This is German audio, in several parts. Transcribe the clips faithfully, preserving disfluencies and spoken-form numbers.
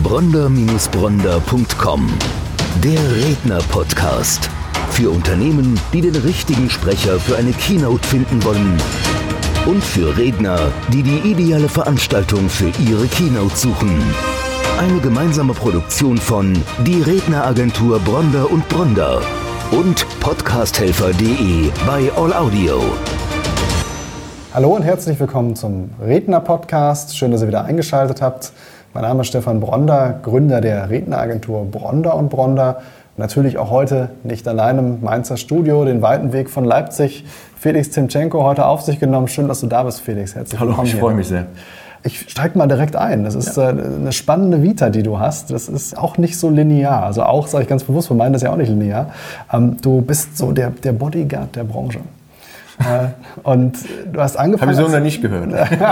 bronder Bindestrich bronder Punkt com. Der Redner-Podcast. Für Unternehmen, die den richtigen Sprecher für eine Keynote finden wollen. Und für Redner, die die ideale Veranstaltung für ihre Keynote suchen. Eine gemeinsame Produktion von die Redneragentur Bronder und Bronder und podcasthelfer punkt de bei All Audio. Hallo und herzlich willkommen zum Redner-Podcast. Schön, dass ihr wieder eingeschaltet habt. Mein Name ist Stefan Bronder, Gründer der Redneragentur Bronder und Bronder. Natürlich auch heute nicht allein im Mainzer Studio, den weiten Weg von Leipzig. Felix Timchenko heute auf sich genommen. Schön, dass du da bist, Felix. Herzlich willkommen. Hallo, ich freue mich sehr. Ich steige mal direkt ein. Das ist ja. eine spannende Vita, die du hast. Das ist auch nicht so linear. Also auch, sage ich ganz bewusst, wir meinen das ja auch nicht linear. Du bist so der, der Bodyguard der Branche. Und du hast angefangen. Habe ich so noch nicht gehört.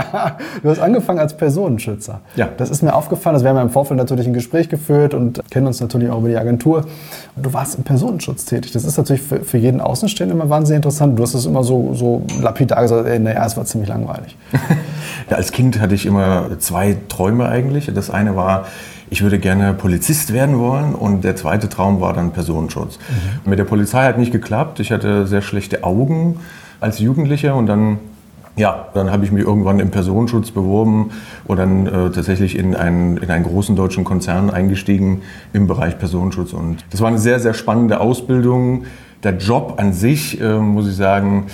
Du hast angefangen als Personenschützer. Ja. Das ist mir aufgefallen. Also wir haben ja im Vorfeld natürlich ein Gespräch geführt und kennen uns natürlich auch über die Agentur. Und du warst im Personenschutz tätig. Das ist natürlich für, für jeden Außenstehenden immer wahnsinnig interessant. Du hast es immer so, so lapidar gesagt, ey, naja, es war ziemlich langweilig. Ja, als Kind hatte ich immer zwei Träume eigentlich. Das eine war, ich würde gerne Polizist werden wollen, und der zweite Traum war dann Personenschutz. Mhm. Mit der Polizei hat nicht geklappt. Ich hatte sehr schlechte Augen als Jugendlicher, und dann, ja, dann habe ich mich irgendwann im Personenschutz beworben und dann äh, tatsächlich in einen, in einen großen deutschen Konzern eingestiegen im Bereich Personenschutz. Und das war eine sehr, sehr spannende Ausbildung. Der Job an sich, äh, muss ich sagen,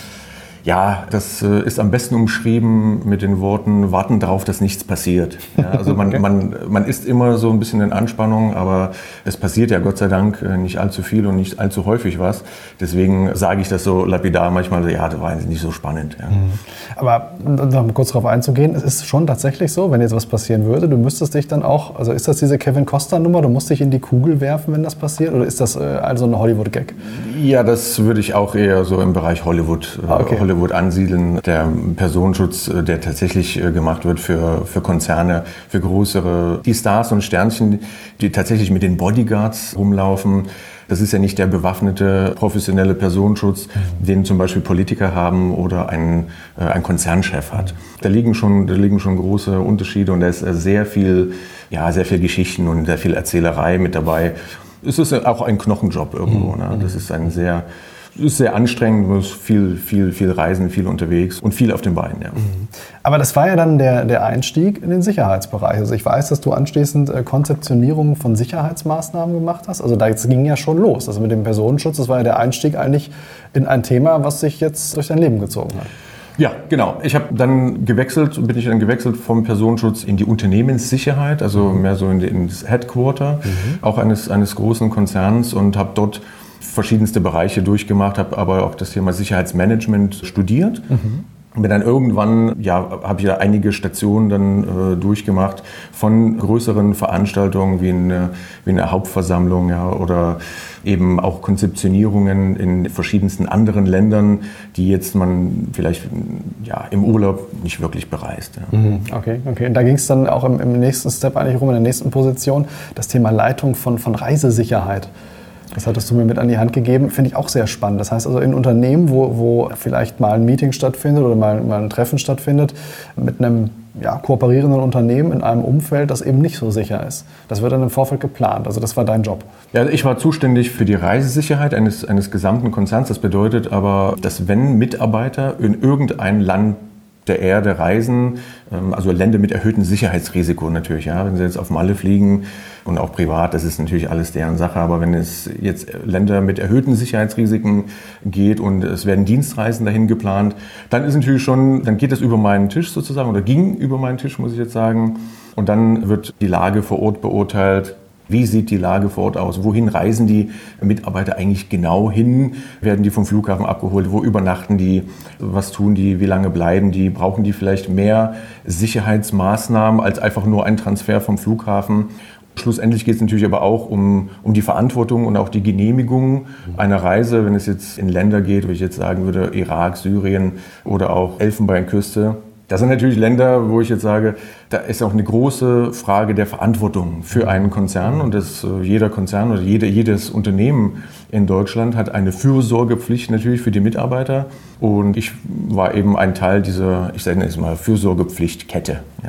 ja, das äh, ist am besten umschrieben mit den Worten, warten darauf, dass nichts passiert. Ja, also man, okay. man, man ist immer so ein bisschen in Anspannung, aber es passiert ja Gott sei Dank nicht allzu viel und nicht allzu häufig was. Deswegen sage ich das so lapidar manchmal, ja, das war nicht so spannend. Ja. Aber noch mal kurz darauf einzugehen, es ist schon tatsächlich so, wenn jetzt was passieren würde, du müsstest dich dann auch, also ist das diese Kevin Costner-Nummer, du musst dich in die Kugel werfen, wenn das passiert, oder ist das äh, also ein Hollywood-Gag? Ja, das würde ich auch eher so im Bereich Hollywood, äh, okay. Hollywood ansiedeln. Der Personenschutz, der tatsächlich gemacht wird für, für Konzerne, für größere, die Stars und Sternchen, die tatsächlich mit den Bodyguards rumlaufen. Das ist ja nicht der bewaffnete, professionelle Personenschutz, den zum Beispiel Politiker haben oder ein, ein Konzernchef hat. Da liegen schon, da liegen schon große Unterschiede, und da ist sehr viel, ja, sehr viel Geschichten und sehr viel Erzählerei mit dabei. Es ist auch ein Knochenjob irgendwo. Ne? Das ist ein sehr ist sehr anstrengend, man muss viel, viel, viel reisen, viel unterwegs und viel auf den Beinen. Ja. Aber das war ja dann der, der Einstieg in den Sicherheitsbereich. Also ich weiß, dass du anschließend äh, Konzeptionierung von Sicherheitsmaßnahmen gemacht hast. Also da ging ja schon los. Also mit dem Personenschutz, das war ja der Einstieg eigentlich in ein Thema, was sich jetzt durch dein Leben gezogen hat. Ja, genau. Ich habe dann gewechselt, bin ich dann gewechselt vom Personenschutz in die Unternehmenssicherheit, also mehr so in die, ins Headquarter, mhm. auch eines, eines großen Konzerns, und habe dort verschiedenste Bereiche durchgemacht, habe aber auch das Thema Sicherheitsmanagement studiert. Mhm. Bin dann irgendwann, ja, habe ich ja einige Stationen dann äh, durchgemacht, von größeren Veranstaltungen wie eine, wie eine Hauptversammlung, ja, oder eben auch Konzeptionierungen in verschiedensten anderen Ländern, die jetzt man vielleicht ja, im Urlaub nicht wirklich bereist. Ja. Mhm. Okay, okay. Und da ging es dann auch im, im nächsten Step eigentlich rum, in der nächsten Position, das Thema Leitung von, von Reisesicherheit. Das hattest du mir mit an die Hand gegeben, finde ich auch sehr spannend. Das heißt also in Unternehmen, wo, wo vielleicht mal ein Meeting stattfindet oder mal, mal ein Treffen stattfindet, mit einem ja, kooperierenden Unternehmen in einem Umfeld, das eben nicht so sicher ist. Das wird dann im Vorfeld geplant. Also das war dein Job. Ja, ich war zuständig für die Reisesicherheit eines, eines gesamten Konzerns. Das bedeutet aber, dass wenn Mitarbeiter in irgendein Land der Erde reisen, also Länder mit erhöhtem Sicherheitsrisiko natürlich, ja, wenn sie jetzt auf Malle fliegen und auch privat, das ist natürlich alles deren Sache, aber wenn es jetzt Länder mit erhöhten Sicherheitsrisiken geht und es werden Dienstreisen dahin geplant, dann ist natürlich schon, dann geht das über meinen Tisch sozusagen, oder ging über meinen Tisch, muss ich jetzt sagen, und dann wird die Lage vor Ort beurteilt. Wie sieht die Lage vor Ort aus? Wohin reisen die Mitarbeiter eigentlich genau hin? Werden die vom Flughafen abgeholt? Wo übernachten die? Was tun die? Wie lange bleiben die? Brauchen die vielleicht mehr Sicherheitsmaßnahmen als einfach nur ein Transfer vom Flughafen? Schlussendlich geht es natürlich aber auch um, um die Verantwortung und auch die Genehmigung einer Reise, wenn es jetzt in Länder geht, wie ich jetzt sagen würde, Irak, Syrien oder auch Elfenbeinküste. Das sind natürlich Länder, wo ich jetzt sage, da ist auch eine große Frage der Verantwortung für einen Konzern, und das, jeder Konzern oder jede, jedes Unternehmen in Deutschland hat eine Fürsorgepflicht natürlich für die Mitarbeiter, und ich war eben ein Teil dieser, ich sage jetzt mal, Fürsorgepflichtkette. Ja.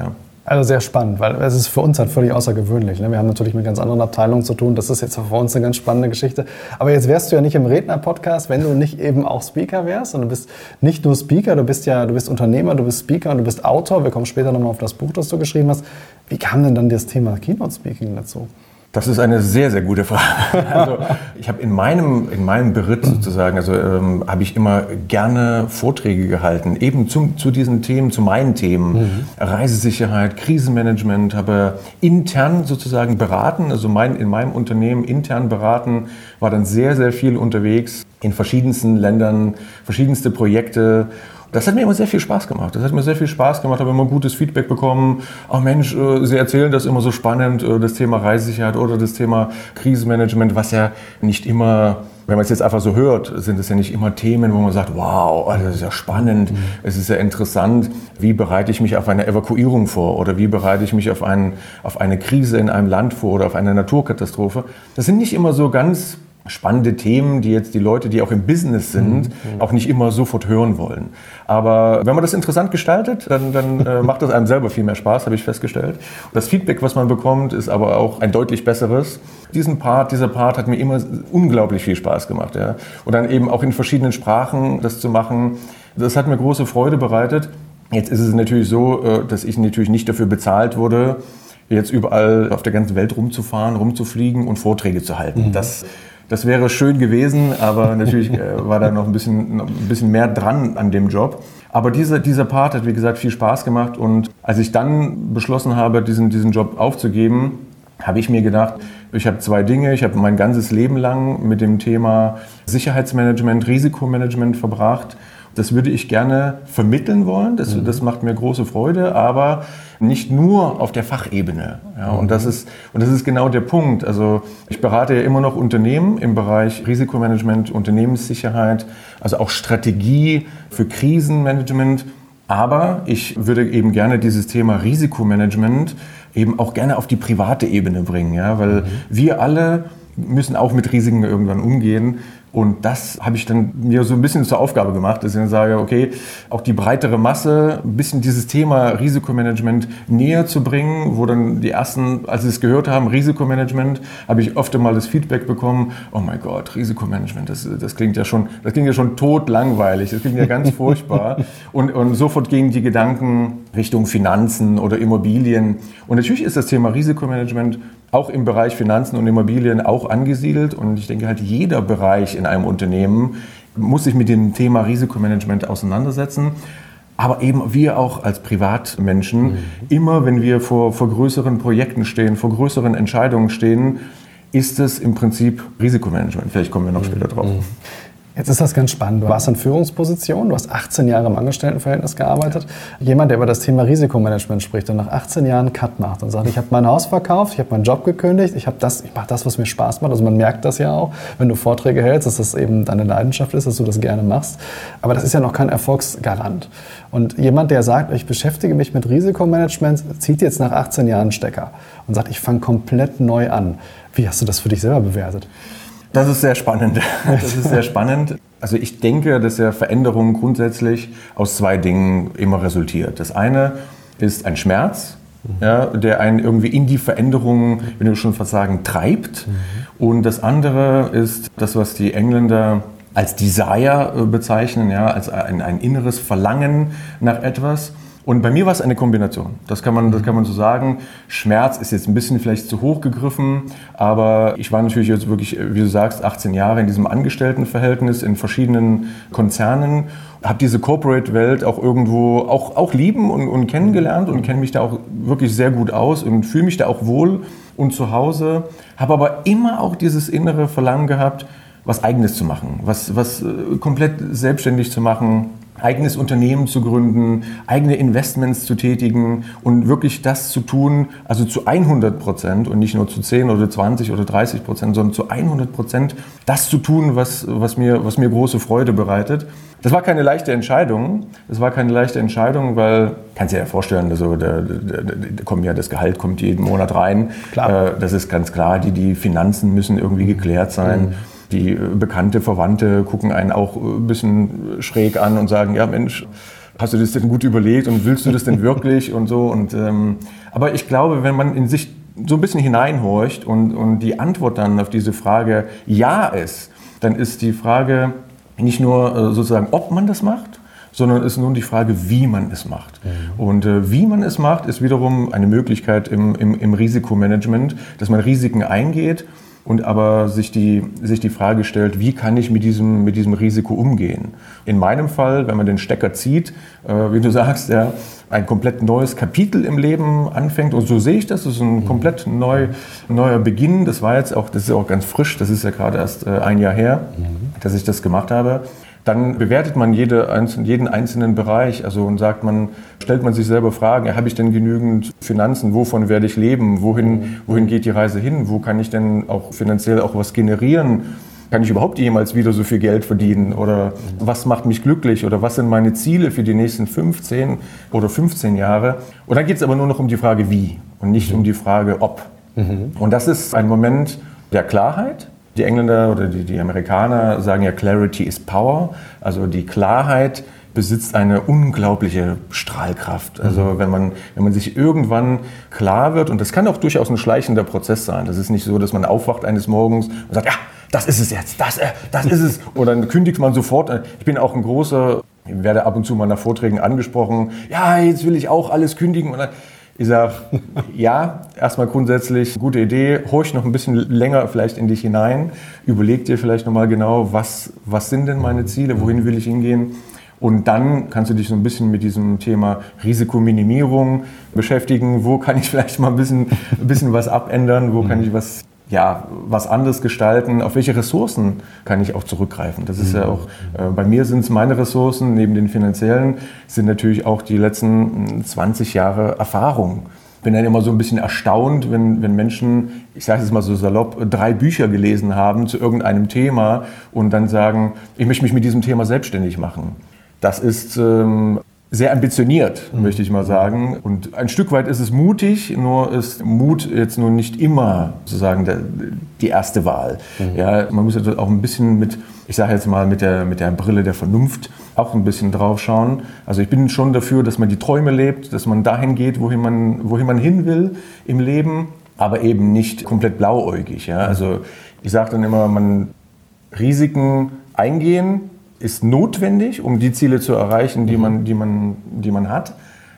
Also sehr spannend, weil es ist für uns halt völlig außergewöhnlich. Ne? Wir haben natürlich mit ganz anderen Abteilungen zu tun. Das ist jetzt auch für uns eine ganz spannende Geschichte. Aber jetzt wärst du ja nicht im Redner-Podcast, wenn du nicht eben auch Speaker wärst. Und du bist nicht nur Speaker, du bist ja, du bist Unternehmer, du bist Speaker und du bist Autor. Wir kommen später nochmal auf das Buch, das du geschrieben hast. Wie kam denn dann das Thema Keynote-Speaking dazu? Das ist eine sehr, sehr gute Frage. Also ich habe in meinem, in meinem Beritt sozusagen, also ähm, habe ich immer gerne Vorträge gehalten, eben zum, zu diesen Themen, zu meinen Themen, mhm. Reisesicherheit, Krisenmanagement, habe intern sozusagen beraten, also mein, in meinem Unternehmen intern beraten, war dann sehr, sehr viel unterwegs in verschiedensten Ländern, verschiedenste Projekte. Das hat mir immer sehr viel Spaß gemacht. Das hat mir sehr viel Spaß gemacht, habe immer gutes Feedback bekommen. Ach Mensch, Sie erzählen das immer so spannend, das Thema Reisesicherheit oder das Thema Krisenmanagement, was ja nicht immer, wenn man es jetzt einfach so hört, sind es ja nicht immer Themen, wo man sagt, wow, das ist ja spannend, mhm. es ist ja interessant. Wie bereite ich mich auf eine Evakuierung vor oder wie bereite ich mich auf, einen, auf eine Krise in einem Land vor oder auf eine Naturkatastrophe? Das sind nicht immer so ganz spannende Themen, die jetzt die Leute, die auch im Business sind, mhm. auch nicht immer sofort hören wollen. Aber wenn man das interessant gestaltet, dann, dann äh, macht das einem selber viel mehr Spaß, habe ich festgestellt. Das Feedback, was man bekommt, ist aber auch ein deutlich besseres. Diesen Part, dieser Part hat mir immer unglaublich viel Spaß gemacht. Ja. Und dann eben auch in verschiedenen Sprachen das zu machen, das hat mir große Freude bereitet. Jetzt ist es natürlich so, dass ich natürlich nicht dafür bezahlt wurde, jetzt überall auf der ganzen Welt rumzufahren, rumzufliegen und Vorträge zu halten. Mhm. Das Das wäre schön gewesen, aber natürlich äh, war da noch ein bisschen, noch ein bisschen mehr dran an dem Job. Aber dieser, dieser Part hat, wie gesagt, viel Spaß gemacht. Und als ich dann beschlossen habe, diesen, diesen Job aufzugeben, habe ich mir gedacht, ich habe zwei Dinge. Ich habe mein ganzes Leben lang mit dem Thema Sicherheitsmanagement, Risikomanagement verbracht. Das würde ich gerne vermitteln wollen. Das, mhm. das macht mir große Freude, aber nicht nur auf der Fachebene. Ja, und, das ist, und das ist genau der Punkt. Also ich berate ja immer noch Unternehmen im Bereich Risikomanagement, Unternehmenssicherheit, also auch Strategie für Krisenmanagement. Aber ich würde eben gerne dieses Thema Risikomanagement eben auch gerne auf die private Ebene bringen. Ja, weil mhm. wir alle müssen auch mit Risiken irgendwann umgehen. Und das habe ich dann mir so ein bisschen zur Aufgabe gemacht, dass ich dann sage, okay, auch die breitere Masse, ein bisschen dieses Thema Risikomanagement näher zu bringen, wo dann die ersten, als sie es gehört haben, Risikomanagement, habe ich oft einmal das Feedback bekommen, oh mein Gott, Risikomanagement, das, das klingt ja schon, das klingt ja schon totlangweilig, das klingt ja ganz furchtbar. Und, und sofort gingen die Gedanken Richtung Finanzen oder Immobilien. Und natürlich ist das Thema Risikomanagement auch im Bereich Finanzen und Immobilien auch angesiedelt. Und ich denke halt, jeder Bereich in einem Unternehmen muss sich mit dem Thema Risikomanagement auseinandersetzen. Aber eben wir auch als Privatmenschen, mhm. immer wenn wir vor, vor größeren Projekten stehen, vor größeren Entscheidungen stehen, ist es im Prinzip Risikomanagement. Vielleicht kommen wir noch mhm. später drauf. Mhm. Jetzt ist das ganz spannend. Du warst in Führungsposition, du hast achtzehn Jahre im Angestelltenverhältnis gearbeitet. Jemand, der über das Thema Risikomanagement spricht und nach achtzehn Jahren einen Cut macht und sagt, ich habe mein Haus verkauft, ich habe meinen Job gekündigt, ich, das, ich mache das, was mir Spaß macht. Also man merkt das ja auch, wenn du Vorträge hältst, dass das eben deine Leidenschaft ist, dass du das gerne machst. Aber das ist ja noch kein Erfolgsgarant. Und jemand, der sagt, ich beschäftige mich mit Risikomanagement, zieht jetzt nach achtzehn Jahren einen Stecker und sagt, ich fange komplett neu an. Wie hast du das für dich selber bewertet? Das ist sehr spannend. Das ist sehr spannend. Also ich denke, dass ja Veränderung grundsätzlich aus zwei Dingen immer resultiert. Das eine ist ein Schmerz, mhm. ja, der einen irgendwie in die Veränderung, wenn du schon fast sagen, treibt. Mhm. Und das andere ist das, was die Engländer als Desire bezeichnen, ja, als ein, ein inneres Verlangen nach etwas. Und bei mir war es eine Kombination, das kann man, das kann man so sagen. Schmerz ist jetzt ein bisschen vielleicht zu hoch gegriffen, aber ich war natürlich jetzt wirklich, wie du sagst, achtzehn Jahre in diesem Angestelltenverhältnis in verschiedenen Konzernen, habe diese Corporate-Welt auch irgendwo auch, auch lieben und, und kennengelernt und kenne mich da auch wirklich sehr gut aus und fühle mich da auch wohl und zu Hause, habe aber immer auch dieses innere Verlangen gehabt, was Eigenes zu machen, was, was komplett selbstständig zu machen, eigenes Unternehmen zu gründen, eigene Investments zu tätigen und wirklich das zu tun, also zu hundert Prozent und nicht nur zu zehn oder zwanzig oder dreißig Prozent, sondern zu hundert Prozent das zu tun, was, was, mir, was mir große Freude bereitet. Das war keine leichte Entscheidung. Das war keine leichte Entscheidung, weil, kannst dir ja vorstellen, also da, da, da kommt ja das Gehalt kommt jeden Monat rein. Klar. Äh, das ist ganz klar, die, die Finanzen müssen irgendwie geklärt sein. Mhm. Die bekannte Verwandte gucken einen auch ein bisschen schräg an und sagen, ja Mensch, hast du das denn gut überlegt und willst du das denn wirklich und so. Und, ähm, Aber ich glaube, wenn man in sich so ein bisschen hineinhorcht und, und die Antwort dann auf diese Frage ja ist, dann ist die Frage nicht nur äh, sozusagen, ob man das macht, sondern ist nun die Frage, wie man es macht. Mhm. Und äh, wie man es macht, ist wiederum eine Möglichkeit im, im, im Risikomanagement, dass man Risiken eingeht und aber sich die, sich die Frage stellt, wie kann ich mit diesem, mit diesem Risiko umgehen? In meinem Fall, wenn man den Stecker zieht, äh, wie du sagst, ja, ein komplett neues Kapitel im Leben anfängt, und so sehe ich das, das ist ein komplett neu, neuer Beginn. Das war jetzt auch, das ist auch ganz frisch, das ist ja gerade erst äh, ein Jahr her, mhm. dass ich das gemacht habe. Dann bewertet man jede, jeden einzelnen Bereich, also und sagt man, stellt man sich selber Fragen, ja, habe ich denn genügend Finanzen, wovon werde ich leben, wohin, wohin geht die Reise hin, wo kann ich denn auch finanziell auch was generieren, kann ich überhaupt jemals wieder so viel Geld verdienen oder was macht mich glücklich oder was sind meine Ziele für die nächsten fünfzehn oder fünfzehn Jahre. Und dann geht es aber nur noch um die Frage wie und nicht um die Frage ob. Mhm. Und das ist ein Moment der Klarheit. Die Engländer oder die, die Amerikaner sagen ja, Clarity is Power. Also die Klarheit besitzt eine unglaubliche Strahlkraft. Also mhm. wenn man, wenn man sich irgendwann klar wird, und das kann auch durchaus ein schleichender Prozess sein. Das ist nicht so, dass man aufwacht eines Morgens und sagt, ja, das ist es jetzt, das, äh, das ist es. Und dann kündigt man sofort. Ich bin auch ein großer, ich werde ab und zu mal nach Vorträgen angesprochen, ja, jetzt will ich auch alles kündigen. Und dann, ich sage, ja, erstmal grundsätzlich, gute Idee, horch noch ein bisschen länger vielleicht in dich hinein, überleg dir vielleicht nochmal genau, was, was sind denn meine Ziele, wohin will ich hingehen, und dann kannst du dich so ein bisschen mit diesem Thema Risikominimierung beschäftigen, wo kann ich vielleicht mal ein bisschen, ein bisschen was abändern, wo kann ich was, ja, was anderes gestalten, auf welche Ressourcen kann ich auch zurückgreifen. Das ist ja auch, äh, bei mir sind es meine Ressourcen, neben den finanziellen, sind natürlich auch die letzten zwanzig Jahre Erfahrung. Ich bin dann immer so ein bisschen erstaunt, wenn, wenn Menschen, ich sage es mal so salopp, drei Bücher gelesen haben zu irgendeinem Thema und dann sagen, ich möchte mich mit diesem Thema selbstständig machen. Das ist ähm, sehr ambitioniert, mhm. möchte ich mal sagen. Und ein Stück weit ist es mutig, nur ist Mut jetzt nun nicht immer sozusagen der, die erste Wahl. Mhm. Ja, man muss auch ein bisschen mit, ich sage jetzt mal mit der, mit der Brille der Vernunft auch ein bisschen drauf schauen. Also ich bin schon dafür, dass man die Träume lebt, dass man dahin geht, wohin man, wohin man hin will im Leben, aber eben nicht komplett blauäugig. Ja? Also ich sage dann immer, man Risiken eingehen ist notwendig, um die Ziele zu erreichen, die man, die man, die man hat.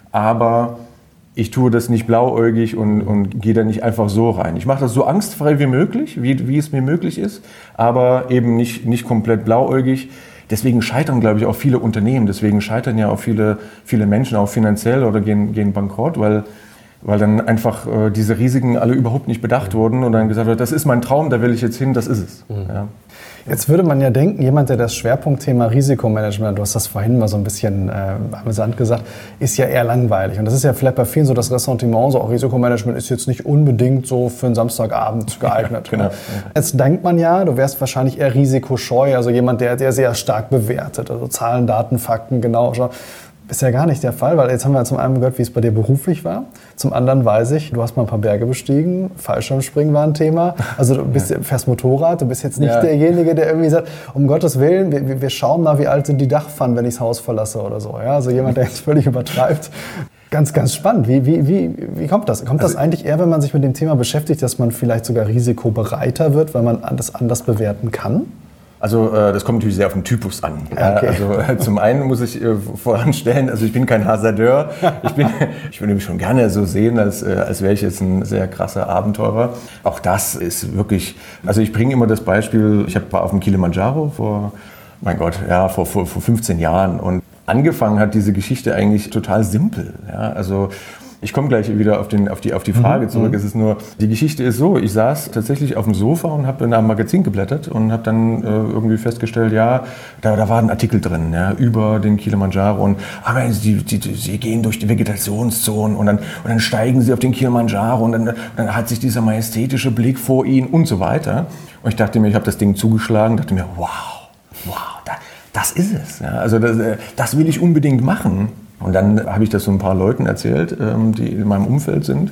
Aber ich tue das nicht blauäugig und, und gehe da nicht einfach so rein. Ich mache das so angstfrei wie möglich, wie, wie es mir möglich ist, aber eben nicht, nicht komplett blauäugig. Deswegen scheitern, glaube ich, auch viele Unternehmen. Deswegen scheitern ja auch viele, viele Menschen, auch finanziell, oder gehen, gehen bankrott, weil, weil dann einfach äh, diese Risiken alle überhaupt nicht bedacht wurden und dann gesagt wird, das ist mein Traum, da will ich jetzt hin, das ist es. Mhm. Ja. Jetzt würde man ja denken, jemand, der das Schwerpunktthema Risikomanagement, du hast das vorhin mal so ein bisschen äh, amüsant gesagt, ist ja eher langweilig. Und das ist ja vielleicht bei vielen so das Ressentiment, so auch Risikomanagement ist jetzt nicht unbedingt so für einen Samstagabend geeignet. Ja, genau. Jetzt denkt man ja, du wärst wahrscheinlich eher risikoscheu, also jemand, der, der sehr stark bewertet, also Zahlen, Daten, Fakten, genau. Ist ja gar nicht der Fall, weil jetzt haben wir zum einen gehört, wie es bei dir beruflich war. Zum anderen weiß ich, du hast mal ein paar Berge bestiegen, Fallschirmspringen war ein Thema. Also du bist, ja. fährst Motorrad, du bist jetzt nicht ja. derjenige, der irgendwie sagt, um Gottes Willen, wir, wir schauen mal, wie alt sind die Dachpfannen, wenn ich das Haus verlasse oder so. Ja, also jemand, der jetzt völlig übertreibt. Ganz, ganz spannend. Wie, wie, wie, wie kommt das? Kommt also, das eigentlich eher, wenn man sich mit dem Thema beschäftigt, dass man vielleicht sogar risikobereiter wird, weil man das anders bewerten kann? Also äh, das kommt natürlich sehr auf den Typus an. Ja, okay. Also äh, zum einen muss ich äh, voranstellen, also ich bin kein Hasardeur. Ich, bin, ich würde mich schon gerne so sehen, als, äh, als wäre ich jetzt ein sehr krasser Abenteurer. Auch das ist wirklich, also ich bringe immer das Beispiel, ich war auf dem Kilimanjaro vor, mein Gott, ja, vor, vor, vor fünfzehn Jahren und angefangen hat diese Geschichte eigentlich total simpel. Ja, also ich komme gleich wieder auf, den, auf, die, auf die Frage zurück. Mhm. Es ist nur, die Geschichte ist so, ich saß tatsächlich auf dem Sofa und habe in einem Magazin geblättert und habe dann äh, irgendwie festgestellt, ja, da, da war ein Artikel drin, ja, über den Kilimanjaro und aber die, die, die, sie gehen durch die Vegetationszone und dann, und dann steigen sie auf den Kilimanjaro und dann, und dann hat sich dieser majestätische Blick vor ihnen und so weiter. Und ich dachte mir, ich habe das Ding zugeschlagen, dachte mir, wow, wow, da, das ist es. Ja, also das, das will ich unbedingt machen. Und dann habe ich das so ein paar Leuten erzählt, die in meinem Umfeld sind.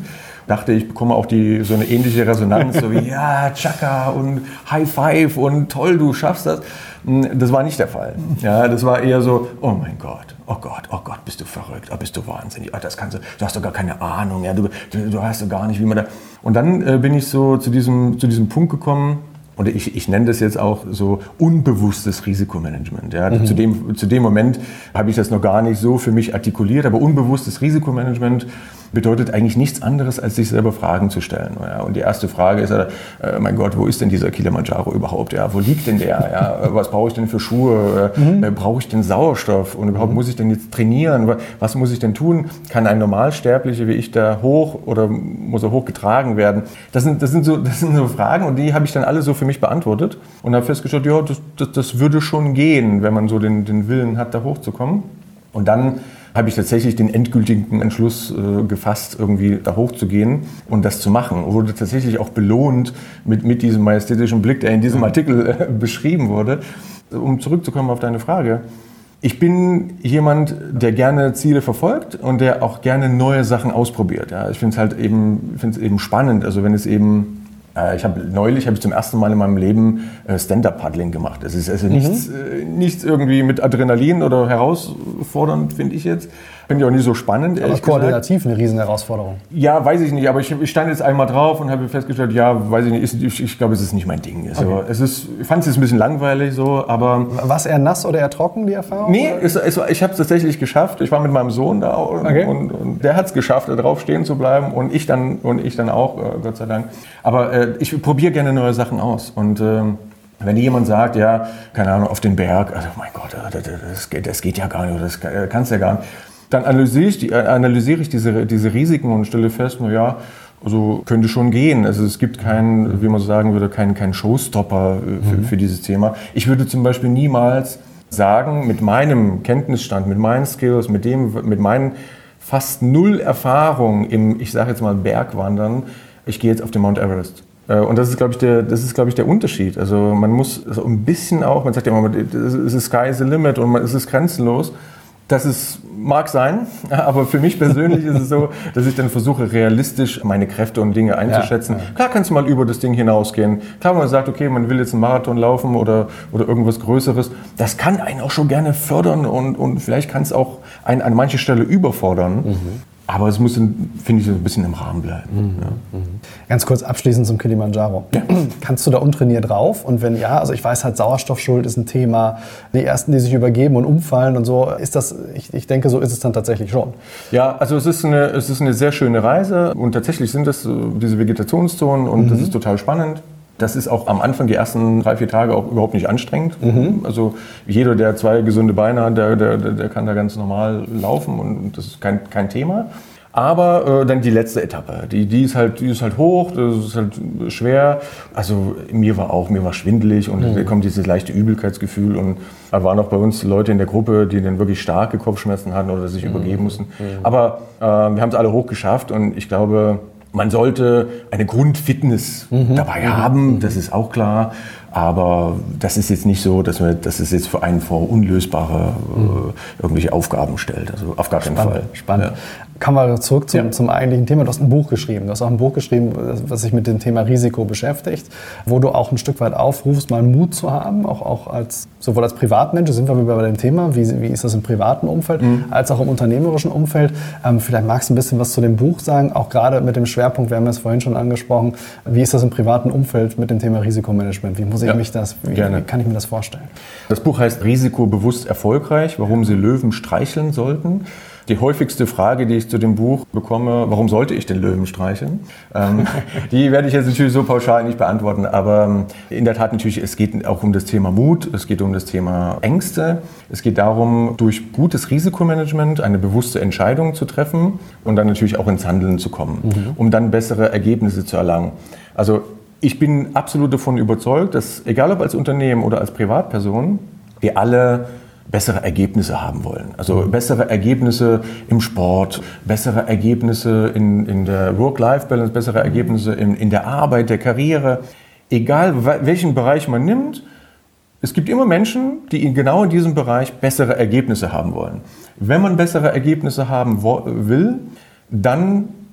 dachte, ich bekomme auch die, so eine ähnliche Resonanz, so wie, ja, Chaka und High Five und toll, du schaffst das. Das war nicht der Fall. Ja, das war eher so, oh mein Gott, oh Gott, oh Gott, bist du verrückt, oh, bist du wahnsinnig, oh, das kannst du, du hast doch gar keine Ahnung, ja, du, du, du weißt doch gar nicht, wie man da... Und dann äh, bin ich so zu diesem, zu diesem Punkt gekommen, und ich, ich nenne das jetzt auch so unbewusstes Risikomanagement. Ja. Mhm. Zu dem, zu dem Moment habe ich das noch gar nicht so für mich artikuliert, aber unbewusstes Risikomanagement bedeutet eigentlich nichts anderes, als sich selber Fragen zu stellen. Ja. Und die erste Frage ist, äh, mein Gott, wo ist denn dieser Kilimanjaro überhaupt? Ja. Wo liegt denn der? Ja. Was brauche ich denn für Schuhe? Mhm. Äh, brauche ich denn Sauerstoff? Und überhaupt, mhm. muss ich denn jetzt trainieren? Was muss ich denn tun? Kann ein Normalsterblicher wie ich da hoch oder muss er hochgetragen werden? Das sind, das sind, so, das sind so Fragen, und die habe ich dann alle so für mich beantwortet und habe festgestellt, ja, das, das, das würde schon gehen, wenn man so den, den Willen hat, da hochzukommen. Und dann habe ich tatsächlich den endgültigen Entschluss äh, gefasst, irgendwie da hochzugehen und das zu machen. Und wurde tatsächlich auch belohnt mit, mit diesem majestätischen Blick, der in diesem Artikel äh, beschrieben wurde. Um zurückzukommen auf deine Frage. Ich bin jemand, der gerne Ziele verfolgt und der auch gerne neue Sachen ausprobiert. Ja, ich finde es halt eben, finde es eben spannend. Also wenn es eben Ich habe neulich habe ich zum ersten Mal in meinem Leben Stand-Up-Paddling gemacht. Es ist also nichts, mhm. nichts irgendwie mit Adrenalin oder herausfordernd, finde ich jetzt. Finde ich auch nicht so spannend. Aber koordinativ eine riesen Herausforderung. Ja, weiß ich nicht. Aber ich, ich stand jetzt einmal drauf und habe festgestellt, ja, weiß ich nicht. Ist, ich, ich glaube, es ist nicht mein Ding. Also, okay. es ist, ich fand es ein bisschen langweilig so, aber... War es eher nass oder eher trocken, die Erfahrung? Nee, es, es, ich habe es tatsächlich geschafft. Ich war mit meinem Sohn da und, okay. und, und der hat es geschafft, da drauf stehen zu bleiben, und ich dann, und ich dann auch, Gott sei Dank. Aber äh, ich probiere gerne neue Sachen aus. Und äh, wenn jemand sagt, ja, keine Ahnung, auf den Berg, also mein Gott, das, das, geht, das geht ja gar nicht, das kannst du ja gar nicht. Dann analysiere ich, die, analysiere ich diese, diese Risiken und stelle fest, na ja, also könnte schon gehen. Also es gibt keinen, wie man so sagen würde, keinen kein Showstopper für, mhm. für dieses Thema. Ich würde zum Beispiel niemals sagen, mit meinem Kenntnisstand, mit meinen Skills, mit dem, mit meinen fast null Erfahrung im, ich sage jetzt mal, Bergwandern, ich gehe jetzt auf den Mount Everest. Und das ist, glaube ich, der, das ist, glaube ich, der Unterschied. Also man muss so ein bisschen auch, man sagt ja immer, es ist Sky is the limit und es ist grenzenlos. Das ist, mag sein, aber für mich persönlich ist es so, dass ich dann versuche, realistisch meine Kräfte und Dinge einzuschätzen. Ja, ja. Klar kannst du mal über das Ding hinausgehen. Klar, wenn man sagt, okay, man will jetzt einen Marathon laufen oder, oder irgendwas Größeres, das kann einen auch schon gerne fördern und, und vielleicht kann es auch einen an mancher Stelle überfordern. Mhm. Aber es muss, finde ich, ein bisschen im Rahmen bleiben. Mhm. Ja. Ganz kurz abschließend zum Kilimanjaro. Ja. Kannst du da untrainiert drauf? Und wenn ja, also ich weiß halt, Sauerstoffschuld ist ein Thema. Die Ersten, die sich übergeben und umfallen und so, ist das, ich, ich denke, so ist es dann tatsächlich schon. Ja, also es ist eine, es ist eine sehr schöne Reise. Und tatsächlich sind das diese Vegetationszonen und mhm. das ist total spannend. Das ist auch am Anfang, die ersten drei, vier Tage auch überhaupt nicht anstrengend. Mhm. Also jeder, der zwei gesunde Beine hat, der, der, der kann da ganz normal laufen und das ist kein, kein Thema. Aber äh, dann die letzte Etappe, die, die, ist halt, die ist halt hoch, das ist halt schwer. Also mir war auch, mir war schwindelig und mhm. da kommt dieses leichte Übelkeitsgefühl. Und da waren auch bei uns Leute in der Gruppe, die dann wirklich starke Kopfschmerzen hatten oder sich mhm. übergeben mussten. Mhm. Aber äh, wir haben es alle hochgeschafft und ich glaube, man sollte eine Grundfitness mhm. dabei mhm. haben, das ist auch klar. Aber das ist jetzt nicht so, dass, wir, dass es jetzt für einen vor unlösbare mhm. äh, irgendwelche Aufgaben stellt. Also auf gar keinen Spannend, Fall. Spannend. Ja. Kommen wir zurück zum, ja. zum eigentlichen Thema. Du hast ein Buch geschrieben. Du hast auch ein Buch geschrieben, was sich mit dem Thema Risiko beschäftigt, wo du auch ein Stück weit aufrufst, mal Mut zu haben, auch, auch als, sowohl als Privatmensch, sind wir wieder bei dem Thema, wie, wie ist das im privaten Umfeld, mhm. als auch im unternehmerischen Umfeld. Ähm, vielleicht magst du ein bisschen was zu dem Buch sagen, auch gerade mit dem Schwerpunkt, wir haben es vorhin schon angesprochen, wie ist das im privaten Umfeld mit dem Thema Risikomanagement? Wie muss ich ja. mich das, wie, wie kann ich mir das vorstellen? Das Buch heißt Risikobewusst erfolgreich, warum Sie Löwen streicheln sollten. Die häufigste Frage, die ich zu dem Buch bekomme, warum sollte ich den Löwen streicheln? Ähm, die werde ich jetzt natürlich so pauschal nicht beantworten, aber in der Tat natürlich, es geht auch um das Thema Mut, es geht um das Thema Ängste, es geht darum, durch gutes Risikomanagement eine bewusste Entscheidung zu treffen und dann natürlich auch ins Handeln zu kommen, mhm. um dann bessere Ergebnisse zu erlangen. Also ich bin absolut davon überzeugt, dass egal ob als Unternehmen oder als Privatperson, wir alle bessere Ergebnisse haben wollen. Also mhm. bessere Ergebnisse im Sport, bessere Ergebnisse in, in der Work-Life-Balance, bessere Ergebnisse in, in der Arbeit, der Karriere. Egal welchen Bereich man nimmt, es gibt immer Menschen, die in genau in diesem Bereich bessere Ergebnisse haben wollen. Wenn man bessere Ergebnisse haben will, dann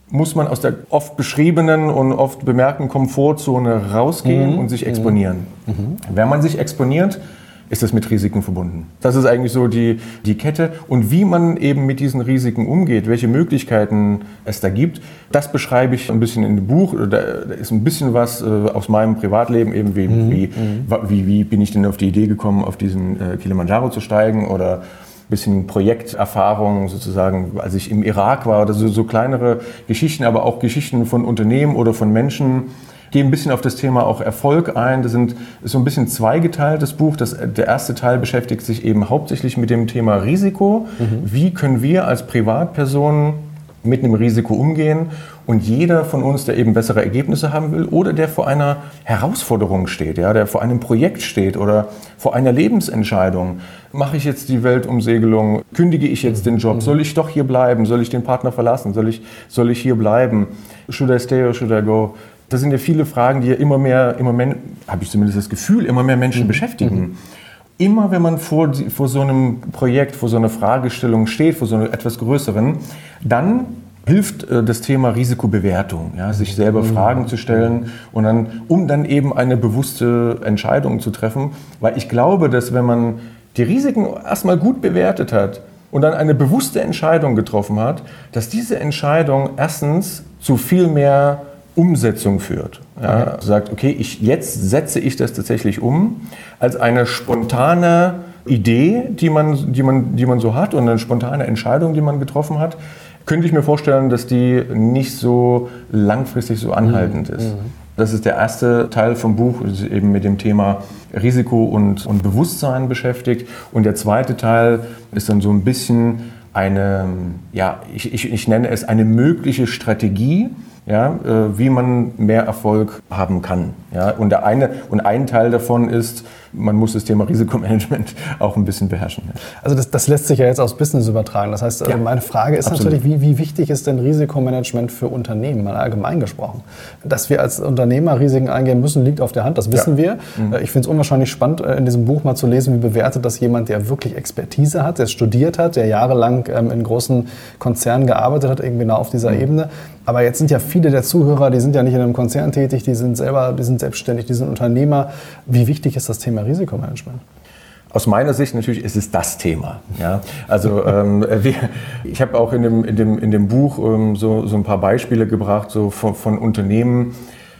muss man aus der oft beschriebenen und oft bemerkten Komfortzone rausgehen mhm. und sich exponieren. Mhm. Wenn man sich exponiert, ist das mit Risiken verbunden. Das ist eigentlich so die, die Kette. Und wie man eben mit diesen Risiken umgeht, welche Möglichkeiten es da gibt, das beschreibe ich ein bisschen in dem Buch. Da ist ein bisschen was aus meinem Privatleben, eben wie, mhm. wie, wie, wie bin ich denn auf die Idee gekommen, auf diesen Kilimanjaro zu steigen, oder ein bisschen Projekterfahrung sozusagen, als ich im Irak war, oder so, so kleinere Geschichten, aber auch Geschichten von Unternehmen oder von Menschen. Gehe ein bisschen auf das Thema auch Erfolg ein. Das sind, ist so ein bisschen zweigeteilt, das Buch. Das, der erste Teil beschäftigt sich eben hauptsächlich mit dem Thema Risiko. Mhm. Wie können wir als Privatpersonen mit einem Risiko umgehen? Und jeder von uns, der eben bessere Ergebnisse haben will oder der vor einer Herausforderung steht, ja, der vor einem Projekt steht oder vor einer Lebensentscheidung. Mache ich jetzt die Weltumsegelung? Kündige ich jetzt den Job? Soll ich doch hier bleiben? Soll ich den Partner verlassen? Soll ich, soll ich hier bleiben? Should I stay or should I go? Das sind ja viele Fragen, die ja immer mehr, immer mehr, habe ich zumindest das Gefühl, immer mehr Menschen mhm. beschäftigen. Mhm. Immer wenn man vor, vor so einem Projekt, vor so einer Fragestellung steht, vor so einer etwas größeren, dann hilft äh, das Thema Risikobewertung, ja, sich selber mhm. Fragen zu stellen und dann, um dann eben eine bewusste Entscheidung zu treffen. Weil ich glaube, dass wenn man die Risiken erstmal gut bewertet hat und dann eine bewusste Entscheidung getroffen hat, dass diese Entscheidung erstens zu viel mehr Umsetzung führt. Ja, okay. Sagt, okay, ich, jetzt setze ich das tatsächlich um, als eine spontane Idee, die man, die man, die man so hat, und eine spontane Entscheidung, die man getroffen hat, könnte ich mir vorstellen, dass die nicht so langfristig so anhaltend mhm. ist. Das ist der erste Teil vom Buch, das ist eben mit dem Thema Risiko und, und Bewusstsein beschäftigt. Und der zweite Teil ist dann so ein bisschen eine, ja, ich, ich, ich nenne es eine mögliche Strategie, ja, wie man mehr Erfolg haben kann. Ja, und, der eine, und ein Teil davon ist, man muss das Thema Risikomanagement auch ein bisschen beherrschen. Ja. Also das, das lässt sich ja jetzt aufs Business übertragen. Das heißt, ja, meine Frage ist absolut. natürlich, wie, wie wichtig ist denn Risikomanagement für Unternehmen, mal allgemein gesprochen? Dass wir als Unternehmer Risiken eingehen müssen, liegt auf der Hand, das wissen ja. wir. Mhm. Ich finde es unwahrscheinlich spannend, in diesem Buch mal zu lesen, wie bewertet das jemand, der wirklich Expertise hat, der studiert hat, der jahrelang in großen Konzernen gearbeitet hat, irgendwie genau auf dieser mhm. Ebene. Aber jetzt sind ja viele der Zuhörer, die sind ja nicht in einem Konzern tätig, die sind selber, die sind selbstständig, die sind Unternehmer. Wie wichtig ist das Thema Risikomanagement? Aus meiner Sicht natürlich ist es das Thema. Ja? Also ähm, wir, ich habe auch in dem, in dem, in dem Buch ähm, so, so ein paar Beispiele gebracht so von, von Unternehmen.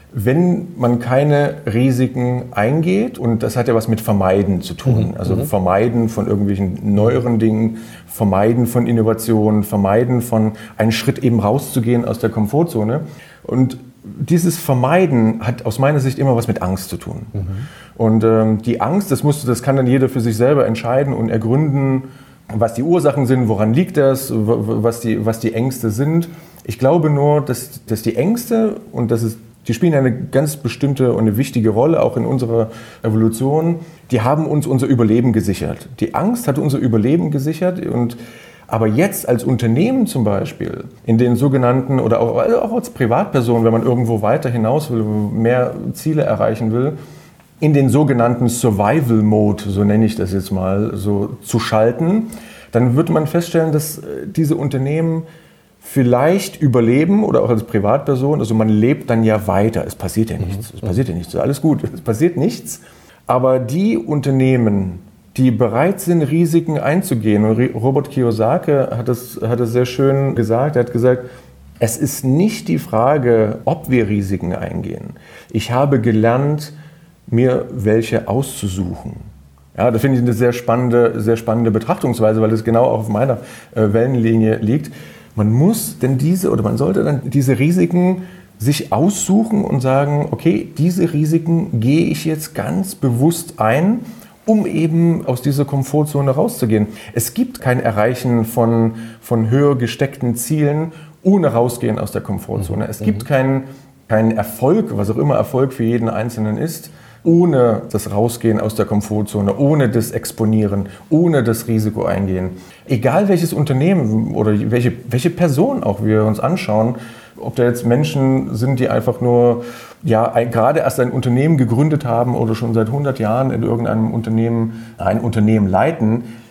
Wenn man keine Risiken eingeht, und das hat ja was mit Vermeiden zu tun, also mhm. Vermeiden von irgendwelchen neueren Dingen, Vermeiden von Innovationen, Vermeiden von einen Schritt eben rauszugehen aus der Komfortzone. Und dieses Vermeiden hat aus meiner Sicht immer was mit Angst zu tun. Mhm. Und ähm, die Angst, das, muss, das kann dann jeder für sich selber entscheiden und ergründen, was die Ursachen sind, woran liegt das, was die, was die Ängste sind. Ich glaube nur, dass, dass die Ängste, und das ist die spielen eine ganz bestimmte und eine wichtige Rolle, auch in unserer Evolution. Die haben uns unser Überleben gesichert. Die Angst hat unser Überleben gesichert. Und, aber jetzt als Unternehmen zum Beispiel, in den sogenannten, oder auch, also auch als Privatperson, wenn man irgendwo weiter hinaus will, mehr Ziele erreichen will, in den sogenannten Survival Mode, so nenne ich das jetzt mal, so zu schalten, dann wird man feststellen, dass diese Unternehmen vielleicht überleben, oder auch als Privatperson, also man lebt dann ja weiter, es passiert ja nichts, es passiert ja nichts, alles gut, es passiert nichts, aber die Unternehmen, die bereit sind, Risiken einzugehen, und Robert Kiyosaki hat das, hat das sehr schön gesagt, er hat gesagt, es ist nicht die Frage, ob wir Risiken eingehen. Ich habe gelernt, mir welche auszusuchen. Ja, das finde ich eine sehr spannende, sehr spannende Betrachtungsweise, weil das genau auch auf meiner äh, Wellenlinie liegt. Man muss denn diese, oder man sollte dann diese Risiken sich aussuchen und sagen, okay, diese Risiken gehe ich jetzt ganz bewusst ein, um eben aus dieser Komfortzone rauszugehen. Es gibt kein Erreichen von, von höher gesteckten Zielen ohne Rausgehen aus der Komfortzone. Es gibt keinen, keinen Erfolg, was auch immer Erfolg für jeden Einzelnen ist, ohne das Rausgehen aus der Komfortzone, ohne das Exponieren, ohne das Risiko eingehen. Egal welches Unternehmen oder welche, welche Person auch wir uns anschauen, ob da jetzt Menschen sind, die einfach nur ja, gerade erst ein Unternehmen gegründet haben oder schon seit hundert Jahren in irgendeinem Unternehmen ein Unternehmen leiten,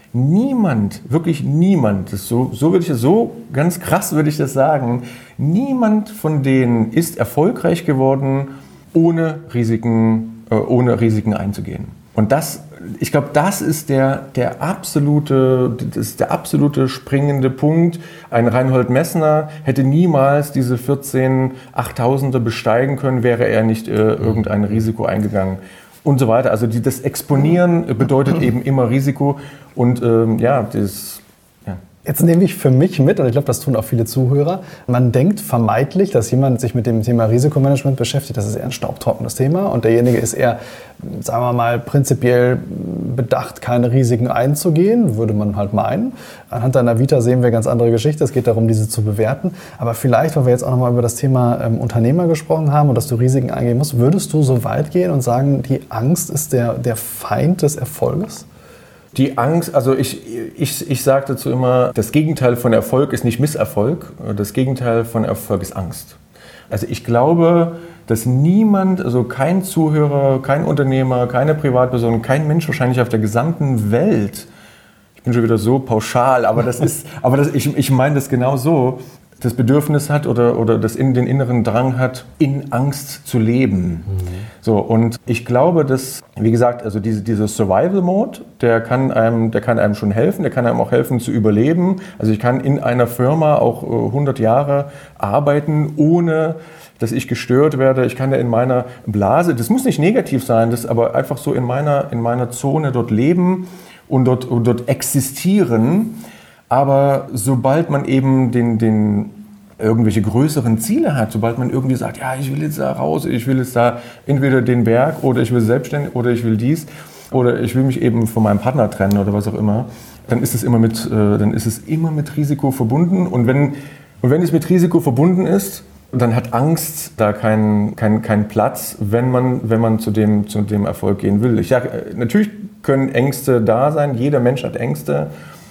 niemand, wirklich niemand, das so, so würde ich das, so ganz krass würde ich das sagen, niemand von denen ist erfolgreich geworden, ohne Risiken, äh, ohne Risiken einzugehen. Und das, ich glaube, das ist der, der absolute, das ist der absolute springende Punkt. Ein Reinhold Messner hätte niemals diese vierzehn Achttausender besteigen können, wäre er nicht äh, irgendein Risiko eingegangen. Und so weiter. Also die, das Exponieren bedeutet eben immer Risiko. Und ähm, ja, das... Ja. Jetzt nehme ich für mich mit, und ich glaube, das tun auch viele Zuhörer, man denkt vermeintlich, dass jemand sich mit dem Thema Risikomanagement beschäftigt, das ist eher ein staubtrockenes Thema und derjenige ist eher, sagen wir mal, prinzipiell bedacht, keine Risiken einzugehen, würde man halt meinen. Anhand deiner Vita sehen wir ganz andere Geschichte, es geht darum, diese zu bewerten. Aber vielleicht, weil wir jetzt auch nochmal über das Thema ähm, Unternehmer gesprochen haben und dass du Risiken eingehen musst, würdest du so weit gehen und sagen, die Angst ist der, der Feind des Erfolges? Die Angst, also ich, ich, ich sage dazu immer, das Gegenteil von Erfolg ist nicht Misserfolg, das Gegenteil von Erfolg ist Angst. Also ich glaube, dass niemand, also kein Zuhörer, kein Unternehmer, keine Privatperson, kein Mensch wahrscheinlich auf der gesamten Welt, ich bin schon wieder so pauschal, aber das ist, aber das, ich, ich meine das genau so, das Bedürfnis hat oder, oder das in den inneren Drang hat, in Angst zu leben. Mhm. So, und ich glaube, dass, wie gesagt, also diese, dieser Survival-Mode, der kann einem, der kann einem schon helfen, der kann einem auch helfen zu überleben. Also ich kann in einer Firma auch äh, hundert Jahre arbeiten, ohne dass ich gestört werde. Ich kann ja in meiner Blase, das muss nicht negativ sein, das aber einfach so in meiner, in meiner Zone dort leben und dort, und dort existieren. Aber sobald man eben den, den irgendwelche größeren Ziele hat, sobald man irgendwie sagt, ja, ich will jetzt da raus, ich will jetzt da entweder den Berg oder ich will selbstständig oder ich will dies oder ich will mich eben von meinem Partner trennen oder was auch immer, dann ist es immer mit, äh, dann ist es immer mit Risiko verbunden. Und wenn, und wenn es mit Risiko verbunden ist, dann hat Angst da keinen kein, kein Platz, wenn man, wenn man zu dem, zu dem Erfolg gehen will. Ich sag, natürlich können Ängste da sein, jeder Mensch hat Ängste.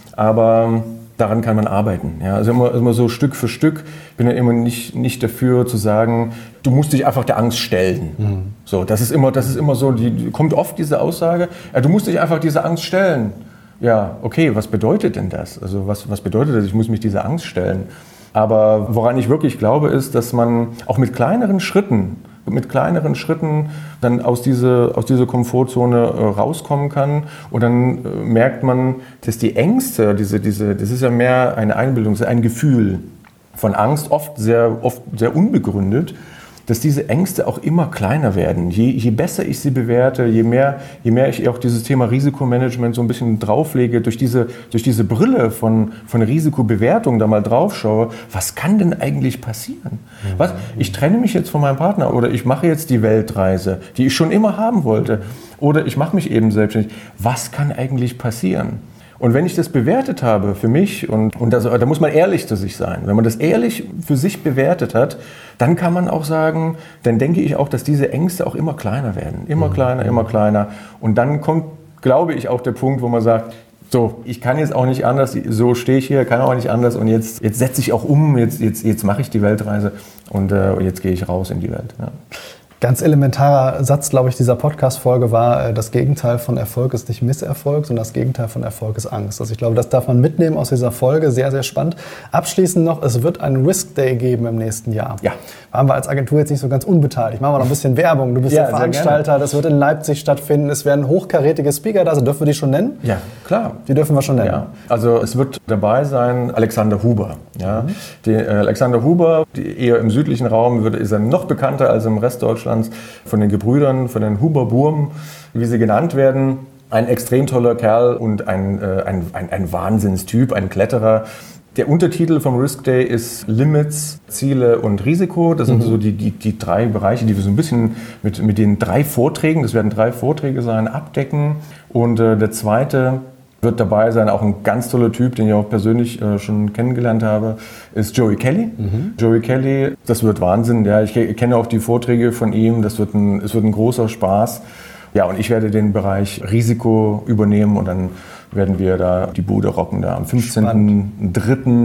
Aber daran kann man arbeiten. Ja, also immer, immer so Stück für Stück. Ich bin ja immer nicht, nicht dafür zu sagen, du musst dich einfach der Angst stellen. Mhm. So, das ist immer, das ist immer so, die, kommt oft diese Aussage, ja, du musst dich einfach dieser Angst stellen. Ja, okay, was bedeutet denn das? Also was, was bedeutet das, ich muss mich dieser Angst stellen? Aber woran ich wirklich glaube, ist, dass man auch mit kleineren Schritten, mit kleineren Schritten dann aus, diese, aus dieser Komfortzone äh, rauskommen kann. Und dann äh, merkt man, dass die Ängste, diese, diese, das ist ja mehr eine Einbildung, das ist ein Gefühl von Angst, oft sehr, oft sehr unbegründet, dass diese Ängste auch immer kleiner werden. Je, je besser ich sie bewerte, je mehr, je mehr ich auch dieses Thema Risikomanagement so ein bisschen drauflege, durch diese, durch diese Brille von, von Risikobewertung da mal drauf schaue, was kann denn eigentlich passieren? Was? Ich trenne mich jetzt von meinem Partner oder ich mache jetzt die Weltreise, die ich schon immer haben wollte, oder ich mache mich eben selbstständig. Was kann eigentlich passieren? Und wenn ich das bewertet habe für mich, und, und das, da muss man ehrlich zu sich sein, wenn man das ehrlich für sich bewertet hat, dann kann man auch sagen, dann denke ich auch, dass diese Ängste auch immer kleiner werden. Immer kleiner, immer kleiner. Und dann kommt, glaube ich, auch der Punkt, wo man sagt, so, ich kann jetzt auch nicht anders, so stehe ich hier, kann auch nicht anders und jetzt, jetzt setze ich auch um, jetzt, jetzt, jetzt mache ich die Weltreise und äh, jetzt gehe ich raus in die Welt. Ja. Ganz elementarer Satz, glaube ich, dieser Podcast-Folge war, das Gegenteil von Erfolg ist nicht Misserfolg, sondern das Gegenteil von Erfolg ist Angst. Also ich glaube, das darf man mitnehmen aus dieser Folge. Sehr, sehr spannend. Abschließend noch, es wird einen Risk Day geben im nächsten Jahr. Ja. Waren wir als Agentur jetzt nicht so ganz unbeteiligt. Machen wir noch ein bisschen Werbung. Du bist ja, der Veranstalter, das wird in Leipzig stattfinden. Es werden hochkarätige Speaker da. Also dürfen wir die schon nennen? Ja, klar. Die dürfen wir schon nennen. Ja. Also es wird dabei sein Alexander Huber. Ja. Mhm. Die, äh, Alexander Huber, die eher im südlichen Raum, wird, ist er noch bekannter als im Rest Deutschlands, von den Gebrüdern, von den Huber-Burm, wie sie genannt werden. Ein extrem toller Kerl und ein, äh, ein, ein, ein Wahnsinnstyp, ein Kletterer. Der Untertitel vom Risk Day ist Limits, Ziele und Risiko. Das sind mhm. so die, die, die drei Bereiche, die wir so ein bisschen mit, mit den drei Vorträgen, das werden drei Vorträge sein, abdecken. Und äh, der zweite wird dabei sein, auch ein ganz toller Typ, den ich auch persönlich äh, schon kennengelernt habe, ist Joey Kelly. Mhm. Joey Kelly, das wird Wahnsinn. Ja, ich kenne auch die Vorträge von ihm, das wird ein, es wird ein großer Spaß. Ja, und ich werde den Bereich Risiko übernehmen und dann werden wir da die Bude rocken, da am fünfzehnten dritten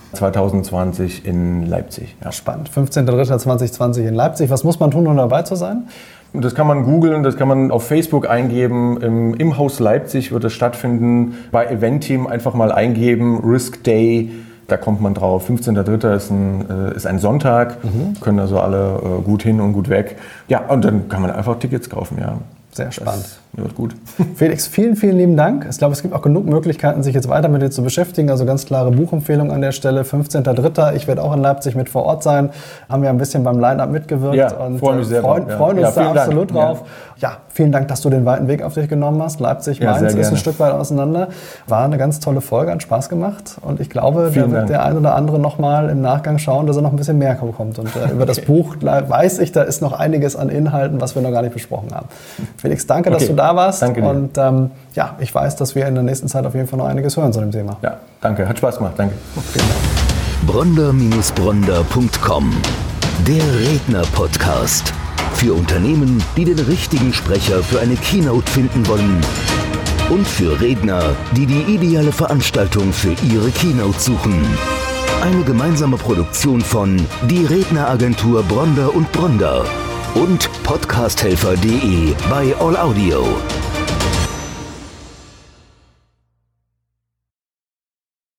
zwanzig zwanzig in Leipzig. Ja. Spannend. fünfzehnter dritter zweitausendzwanzig in Leipzig. Was muss man tun, um dabei zu sein? Das kann man googeln, das kann man auf Facebook eingeben. Im, im Haus Leipzig wird es stattfinden. Bei Eventteam einfach mal eingeben, Risk Day. Da kommt man drauf. fünfzehnter dritter ist ein, äh, ist ein Sonntag. Mhm. Können also alle äh, gut hin und gut weg. Ja, und dann kann man einfach Tickets kaufen, ja. Sehr spannend. Das wird gut. Felix, vielen, vielen lieben Dank. Ich glaube, es gibt auch genug Möglichkeiten, sich jetzt weiter mit dir zu beschäftigen. Also ganz klare Buchempfehlung an der Stelle. fünfzehnter dritter Ich werde auch in Leipzig mit vor Ort sein. Haben wir ein bisschen beim Line-Up mitgewirkt. Ja, und freue mich sehr freuen, drauf. Ja. freuen uns ja, da absolut Dank. drauf. Ja. ja, vielen Dank, dass du den weiten Weg auf dich genommen hast. Leipzig, ja, Mainz ist ein Stück weit auseinander. War eine ganz tolle Folge, hat Spaß gemacht. Und ich glaube, da wird der ein oder andere noch mal im Nachgang schauen, dass er noch ein bisschen mehr kommt. Und äh, über das Buch weiß ich, da ist noch einiges an Inhalten, was wir noch gar nicht besprochen haben. Felix, danke, okay. dass du da warst. Danke dir. Und ähm, ja, ich weiß, dass wir in der nächsten Zeit auf jeden Fall noch einiges hören zu dem Thema. Ja, danke. Hat Spaß gemacht. Danke. Bronder Bindestrich Punkt com Der Redner-Podcast. Für Unternehmen, die den richtigen Sprecher für eine Keynote finden wollen. Und für Redner, die die ideale Veranstaltung für ihre Keynote suchen. Eine gemeinsame Produktion von die Redneragentur Bronder und Bronder und Podcasthelfer punkt de bei All Audio.